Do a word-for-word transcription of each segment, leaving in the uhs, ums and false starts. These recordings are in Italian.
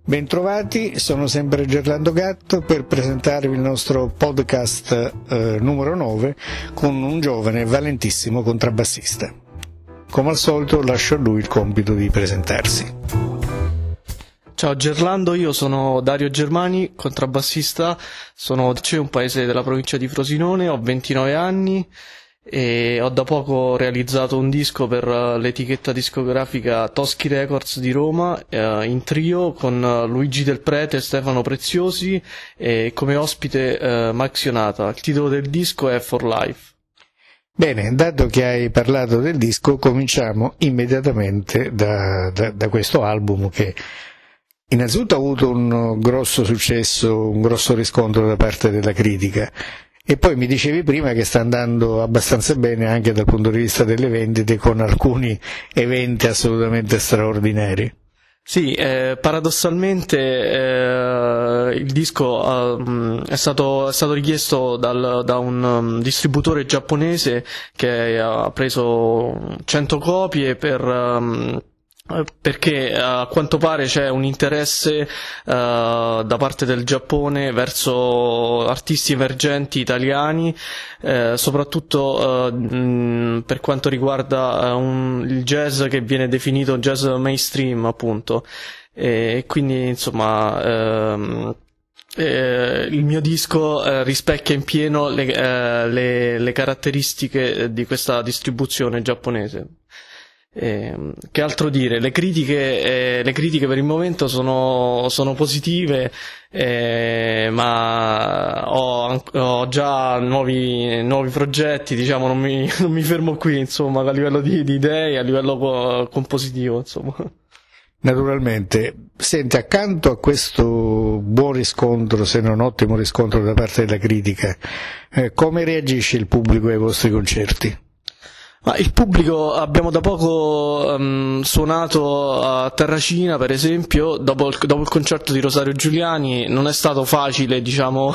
Bentrovati, sono sempre Gerlando Gatto per presentarvi il nostro podcast eh, numero nove con un giovane valentissimo contrabbassista. Come al solito lascio a lui il compito di presentarsi. Ciao Gerlando, io sono Dario Germani, contrabbassista, sono c'è un paese della provincia di Frosinone, ho ventinove anni e ho da poco realizzato un disco per l'etichetta discografica Toschi Records di Roma, eh, in trio con Luigi Del Prete e Stefano Preziosi e come ospite eh, Max Ionata. Il titolo del disco è For Life. Bene, dato che hai parlato del disco, cominciamo immediatamente da, da, da questo album che innanzitutto ha avuto un grosso successo, un grosso riscontro da parte della critica. E poi mi dicevi prima che sta andando abbastanza bene anche dal punto di vista delle vendite, con alcuni eventi assolutamente straordinari. Sì, eh, paradossalmente eh, il disco uh, è, stato, è stato richiesto dal, da un um, distributore giapponese che ha preso cento copie per... Um, perché a quanto pare c'è un interesse uh, da parte del Giappone verso artisti emergenti italiani, eh, soprattutto uh, mh, per quanto riguarda uh, un, il jazz che viene definito jazz mainstream, appunto, e quindi insomma ehm, Eh, il mio disco eh, rispecchia in pieno le, eh, le, le caratteristiche di questa distribuzione giapponese. Eh, che altro dire? Le critiche, eh, le critiche per il momento sono, sono positive, eh, ma ho, ho già nuovi, nuovi progetti, diciamo, non mi, non mi fermo qui, insomma, a livello di, di idee, a livello compositivo, insomma. Naturalmente. Senti, accanto a questo buon riscontro, se non ottimo riscontro da parte della critica, eh, come reagisce il pubblico ai vostri concerti? Ma il pubblico, abbiamo da poco um, suonato a Terracina, per esempio, dopo il, dopo il concerto di Rosario Giuliani. Non è stato facile, diciamo,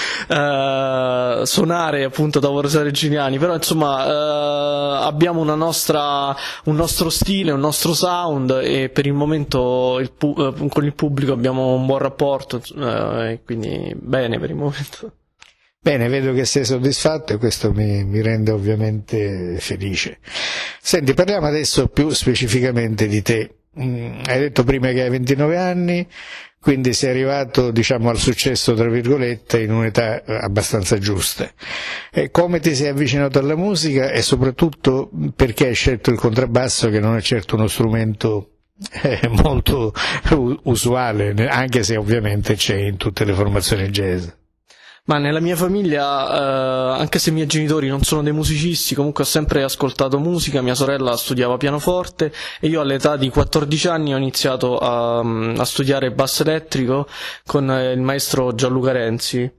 uh, suonare appunto dopo Rosario Giuliani, però insomma uh, abbiamo una nostra, un nostro stile, un nostro sound, e per il momento il pu- uh, con il pubblico abbiamo un buon rapporto, uh, e quindi bene per il momento. Bene, vedo che sei soddisfatto e questo mi, mi rende ovviamente felice. Senti, parliamo adesso più specificamente di te. Mm, hai detto prima che hai ventinove anni, quindi sei arrivato, diciamo, al successo, tra virgolette, in un'età abbastanza giusta. E come ti sei avvicinato alla musica e soprattutto perché hai scelto il contrabbasso, che non è certo uno strumento eh, molto usuale, anche se ovviamente c'è in tutte le formazioni jazz? Ma nella mia famiglia, eh, anche se i miei genitori non sono dei musicisti, comunque ho sempre ascoltato musica. Mia sorella studiava pianoforte e io all'età di quattordici anni ho iniziato a, a studiare basso elettrico con il maestro Gianluca Renzi.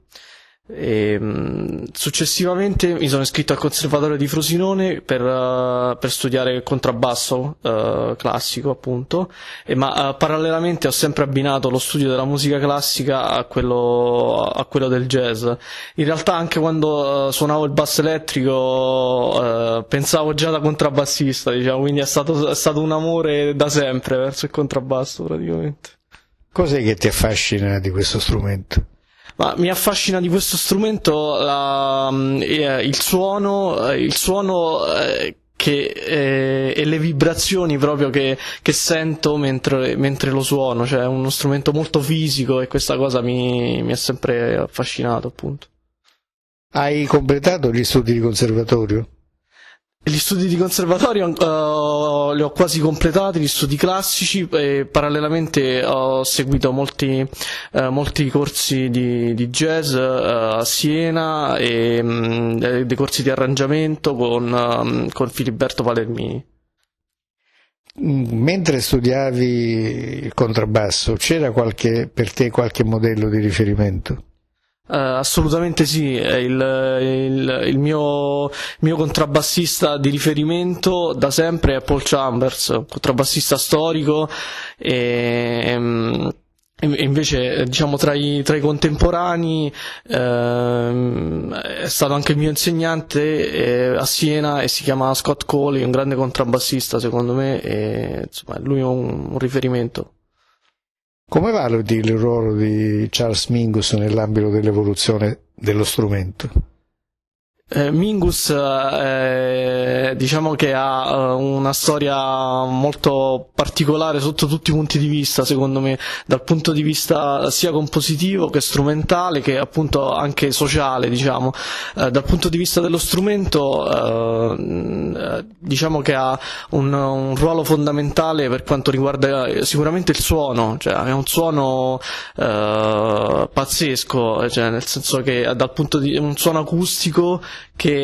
E, um, successivamente mi sono iscritto al Conservatorio di Frosinone per, uh, per studiare contrabbasso uh, classico, appunto, e, ma uh, parallelamente ho sempre abbinato lo studio della musica classica a quello, a quello del jazz. In realtà anche quando uh, suonavo il basso elettrico uh, pensavo già da contrabbassista, diciamo, quindi è stato, è stato un amore da sempre verso il contrabbasso praticamente. Cos'è che ti affascina di questo strumento? Ma mi affascina di questo strumento uh, il suono, il suono uh, che, eh, e le vibrazioni proprio che, che sento mentre, mentre lo suono, cioè è uno strumento molto fisico e questa cosa mi, mi ha sempre affascinato, appunto. Hai completato gli studi di conservatorio? Gli studi di conservatorio uh, li ho quasi completati, gli studi classici, e parallelamente ho seguito molti, uh, molti corsi di, di jazz uh, a Siena e um, dei corsi di arrangiamento con, um, con Filiberto Palermini. Mentre studiavi il contrabbasso, c'era qualche, per te qualche modello di riferimento? Uh, assolutamente sì, il, il, il mio, mio contrabbassista di riferimento da sempre è Paul Chambers, contrabbassista storico, e, e invece diciamo tra i, tra i contemporanei ehm, è stato anche il mio insegnante eh, a Siena, e si chiama Scott Coley, un grande contrabbassista secondo me, e insomma lui è un, un riferimento. Come valuti il ruolo di Charles Mingus nell'ambito dell'evoluzione dello strumento? Eh, Mingus eh, diciamo che ha uh, una storia molto particolare sotto tutti i punti di vista, secondo me, dal punto di vista sia compositivo che strumentale, che appunto anche sociale, diciamo. Eh, dal punto di vista dello strumento eh, diciamo che ha un, un ruolo fondamentale per quanto riguarda sicuramente il suono, cioè è un suono eh, pazzesco, cioè nel senso che dal punto di un suono acustico che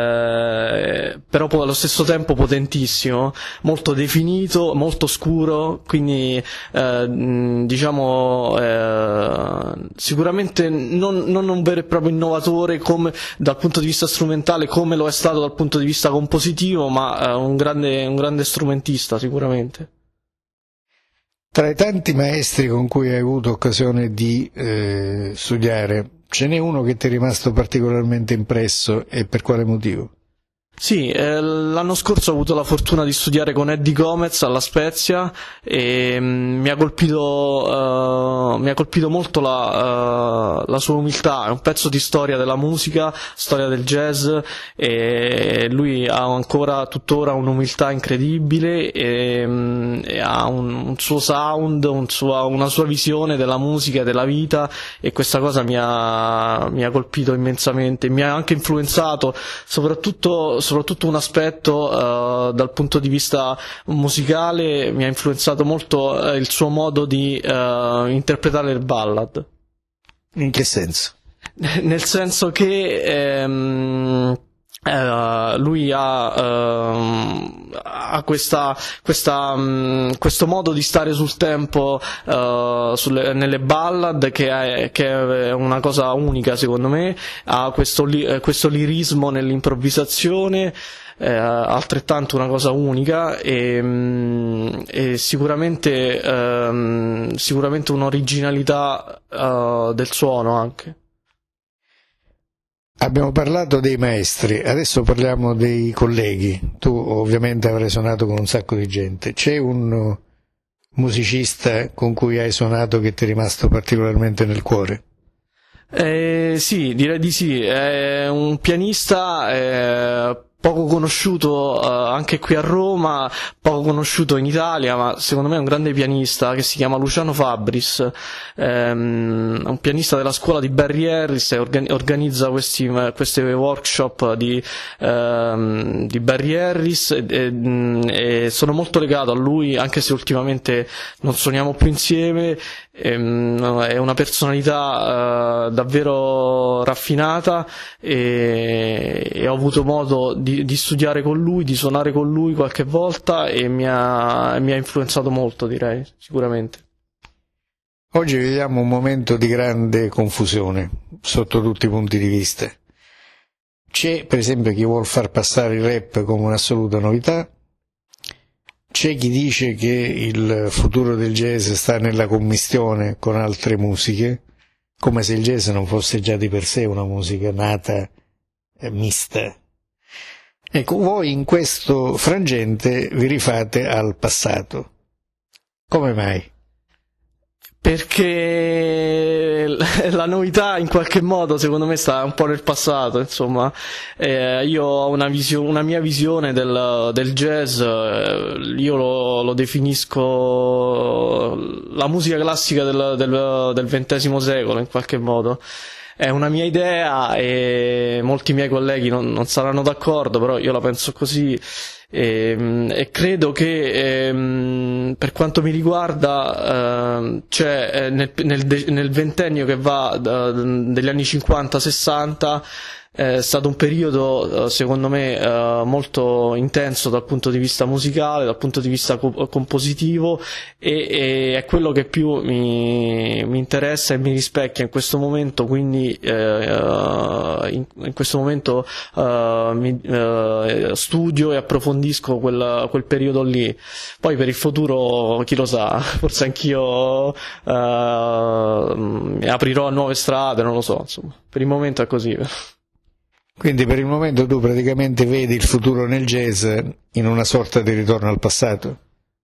eh, però poi allo stesso tempo potentissimo, molto definito, molto scuro, quindi eh, diciamo eh, sicuramente non, non un vero e proprio innovatore come dal punto di vista strumentale, come lo è stato dal punto di vista compositivo, ma eh, un grande, un grande strumentista sicuramente. Tra i tanti maestri con cui hai avuto occasione di eh, studiare, ce n'è uno che ti è rimasto particolarmente impresso, e per quale motivo? Sì, eh, l'anno scorso ho avuto la fortuna di studiare con Eddie Gomez alla Spezia e mm, mi ha colpito, uh, mi ha colpito molto la, uh, la sua umiltà. È un pezzo di storia della musica, storia del jazz, e lui ha ancora tuttora un'umiltà incredibile e, mm, e ha un, un suo sound, un sua, una sua visione della musica e della vita, e questa cosa mi ha, mi ha colpito immensamente, mi ha anche influenzato soprattutto soprattutto un aspetto uh, dal punto di vista musicale. Mi ha influenzato molto uh, il suo modo di uh, interpretare il ballad. In che senso? Nel senso che ehm, Uh, lui ha, uh, ha questa, questa, um, questo modo di stare sul tempo uh, sulle, nelle ballad che è, che è una cosa unica secondo me. Ha questo, li, questo lirismo nell'improvvisazione, eh, altrettanto una cosa unica, e, um, e sicuramente, um, sicuramente un'originalità uh, del suono anche. Abbiamo parlato dei maestri, adesso parliamo dei colleghi. Tu ovviamente avrai suonato con un sacco di gente. C'è un musicista con cui hai suonato che ti è rimasto particolarmente nel cuore? Eh, sì, direi di sì. È un pianista eh, poco conosciuto eh, anche qui a Roma, poco conosciuto in Italia, ma secondo me è un grande pianista, che si chiama Luciano Fabris. Ehm, è un pianista della scuola di Barry Harris, e organi- organizza questi, queste workshop di, ehm, di Barry Harris, e, e, e sono molto legato a lui, anche se ultimamente non suoniamo più insieme. Ehm, è una personalità eh, davvero raffinata, e, e ho avuto modo di, di studiare con lui, di suonare con lui qualche volta, e mi ha, mi ha influenzato molto, direi, sicuramente. Oggi viviamo un momento di grande confusione sotto tutti i punti di vista. C'è per esempio chi vuol far passare il rap come un'assoluta novità, c'è chi dice che il futuro del jazz sta nella commistione con altre musiche, come se il jazz non fosse già di per sé una musica nata eh, mista. Ecco, voi in questo frangente vi rifate al passato. Come mai? Perché la novità in qualche modo secondo me sta un po' nel passato, insomma. Eh, io ho una, visio- una mia visione del, del jazz, eh, io lo, lo definisco la musica classica del, del, del ventesimo secolo in qualche modo. È una mia idea e molti miei colleghi non, non saranno d'accordo, però io la penso così. E, e credo che ehm, per quanto mi riguarda ehm, c'è nel, nel, nel ventennio che va da, degli anni cinquanta sessanta è stato un periodo secondo me eh, molto intenso dal punto di vista musicale, dal punto di vista co- compositivo, e, e è quello che più mi, mi interessa e mi rispecchia in questo momento, quindi eh, in, in questo momento eh, mi, eh, studio e approfondisco quel, quel periodo lì. Poi per il futuro chi lo sa, forse anch'io eh, mi aprirò a nuove strade, non lo so, insomma, per il momento è così. Quindi per il momento tu praticamente vedi il futuro nel jazz in una sorta di ritorno al passato?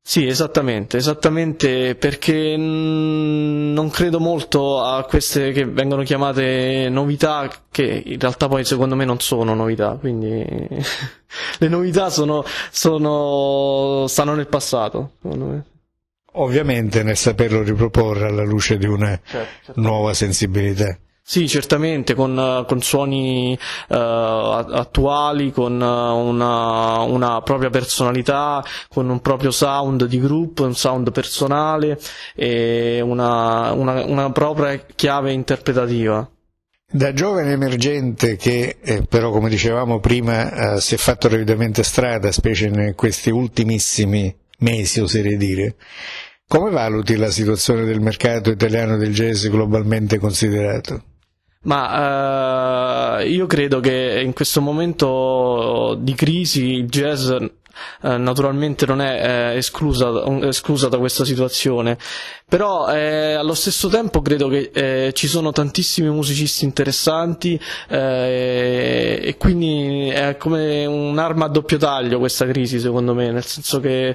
Sì, esattamente, esattamente perché mh, non credo molto a queste che vengono chiamate novità, che in realtà poi secondo me non sono novità, quindi le novità sono, sono, stanno nel passato, secondo me. Ovviamente nel saperlo riproporre alla luce di una certo, nuova sensibilità. Sì, certamente, con, con suoni uh, attuali, con una, una propria personalità, con un proprio sound di gruppo, un sound personale e una, una, una propria chiave interpretativa. Da giovane emergente che eh, però, come dicevamo prima, eh, si è fatto rapidamente strada, specie in questi ultimissimi mesi, oserei dire, come valuti la situazione del mercato italiano del jazz globalmente considerato? Ma uh, io credo che in questo momento di crisi il jazz uh, naturalmente non è uh, esclusa, esclusa da questa situazione, però eh, allo stesso tempo credo che eh, ci sono tantissimi musicisti interessanti eh, e quindi è come un'arma a doppio taglio questa crisi, secondo me, nel senso che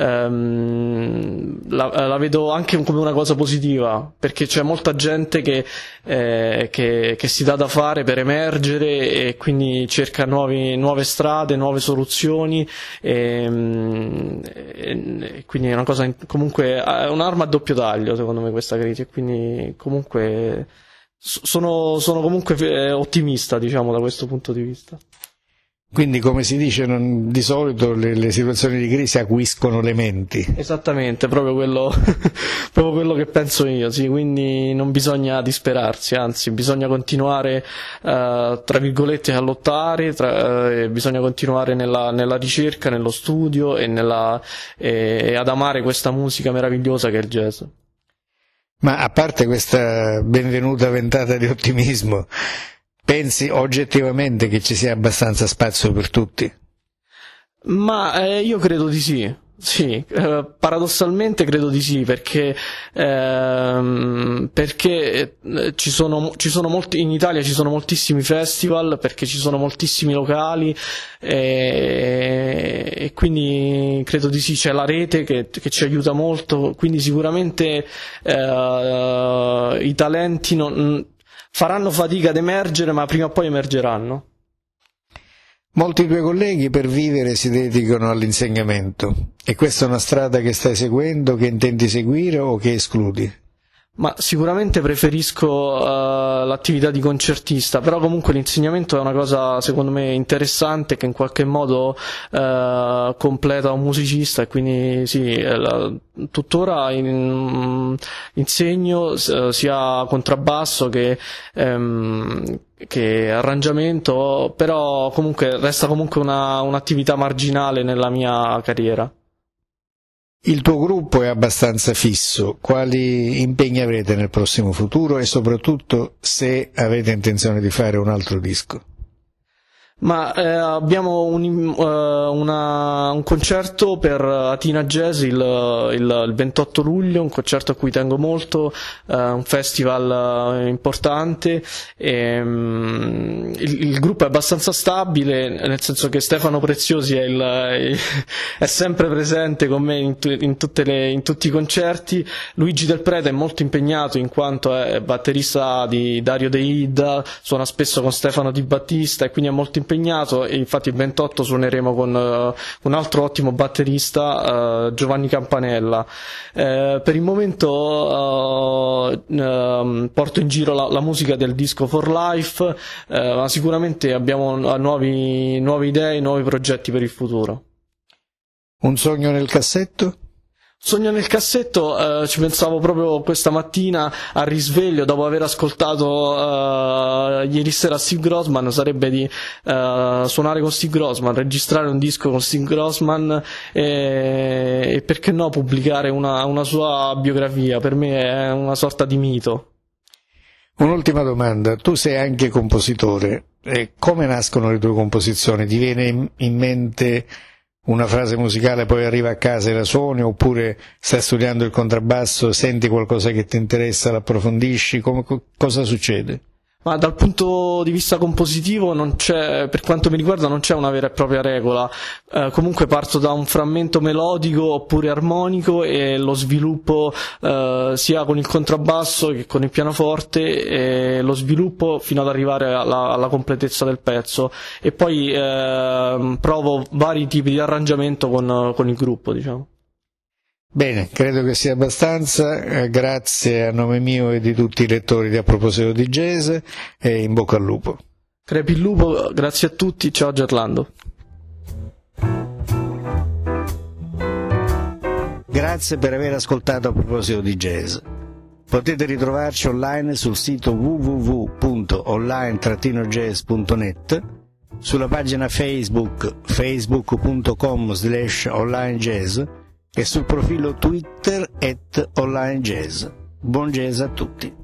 ehm, la, la vedo anche come una cosa positiva, perché c'è molta gente che, eh, che, che si dà da fare per emergere e quindi cerca nuovi, nuove strade, nuove soluzioni e, e quindi è una cosa comunque è un'arma a doppio taglio secondo me questa crisi, e quindi comunque sono, sono comunque ottimista, diciamo, da questo punto di vista. Quindi, come si dice, non, di solito le, le situazioni di crisi acuiscono le menti. Esattamente, proprio quello, proprio quello che penso io, sì, quindi non bisogna disperarsi, anzi bisogna continuare uh, tra virgolette a lottare, tra, uh, bisogna continuare nella, nella ricerca, nello studio e, nella, e, e ad amare questa musica meravigliosa che è il jazz. Ma a parte questa benvenuta ventata di ottimismo, pensi oggettivamente che ci sia abbastanza spazio per tutti? Ma eh, io credo di sì, sì, eh, paradossalmente credo di sì, perché, ehm, perché eh, ci sono, ci sono molti, in Italia ci sono moltissimi festival, perché ci sono moltissimi locali e, e quindi credo di sì, c'è la rete che, che ci aiuta molto, quindi sicuramente eh, i talenti non faranno fatica ad emergere, ma prima o poi emergeranno. Molti tuoi colleghi per vivere si dedicano all'insegnamento, e questa è una strada che stai seguendo, che intendi seguire o che escludi? Ma sicuramente preferisco uh, l'attività di concertista, però comunque l'insegnamento è una cosa secondo me interessante che in qualche modo uh, completa un musicista, e quindi sì, la, tuttora in, insegno uh, sia contrabbasso che, um, che arrangiamento, però comunque resta comunque una, un'attività marginale nella mia carriera. Il tuo gruppo è abbastanza fisso, quali impegni avrete nel prossimo futuro e soprattutto se avete intenzione di fare un altro disco? Ma eh, abbiamo un, uh, una, un concerto per Atina Jazz il, il, il ventotto luglio, un concerto a cui tengo molto, uh, un festival uh, importante e, um, il, il gruppo è abbastanza stabile, nel senso che Stefano Preziosi è, il, è sempre presente con me in, in, tutte le, in tutti i concerti. Luigi Del Prete è molto impegnato in quanto è batterista di Dario De Ida, suona spesso con Stefano Di Battista e quindi è molto impegnato. E infatti il ventotto suoneremo con uh, un altro ottimo batterista, uh, Giovanni Campanella. Uh, per il momento uh, uh, porto in giro la, la musica del disco For Life, uh, ma sicuramente abbiamo nuovi, nuove idee, nuovi progetti per il futuro. Un sogno nel cassetto? Sogno nel cassetto, eh, ci pensavo proprio questa mattina al risveglio dopo aver ascoltato eh, ieri sera Steve Grossman, sarebbe di eh, suonare con Steve Grossman, registrare un disco con Steve Grossman e, e perché no pubblicare una, una sua biografia. Per me è una sorta di mito. Un'ultima domanda, tu sei anche compositore, e come nascono le tue composizioni? Ti viene in mente una frase musicale, poi arriva a casa e la suoni, oppure stai studiando il contrabbasso, senti qualcosa che ti interessa, l'approfondisci, come, cosa succede? Ma dal punto di vista compositivo non c'è, per quanto mi riguarda, non c'è una vera e propria regola. Eh, comunque parto da un frammento melodico oppure armonico e lo sviluppo eh, sia con il contrabbasso che con il pianoforte, e lo sviluppo fino ad arrivare alla, alla completezza del pezzo, e poi eh, provo vari tipi di arrangiamento con, con il gruppo, diciamo. Bene, credo che sia abbastanza, eh, grazie a nome mio e di tutti i lettori di A Proposito di Jazz, e in bocca al lupo. Crepi il lupo, grazie a tutti, ciao Gerlando. Grazie per aver ascoltato A Proposito di Jazz. Potete ritrovarci online sul sito w w w punto online trattino jazz punto net, sulla pagina Facebook facebook punto com slash online jazz e sul profilo Twitter at online jazz. Buon jazz a tutti.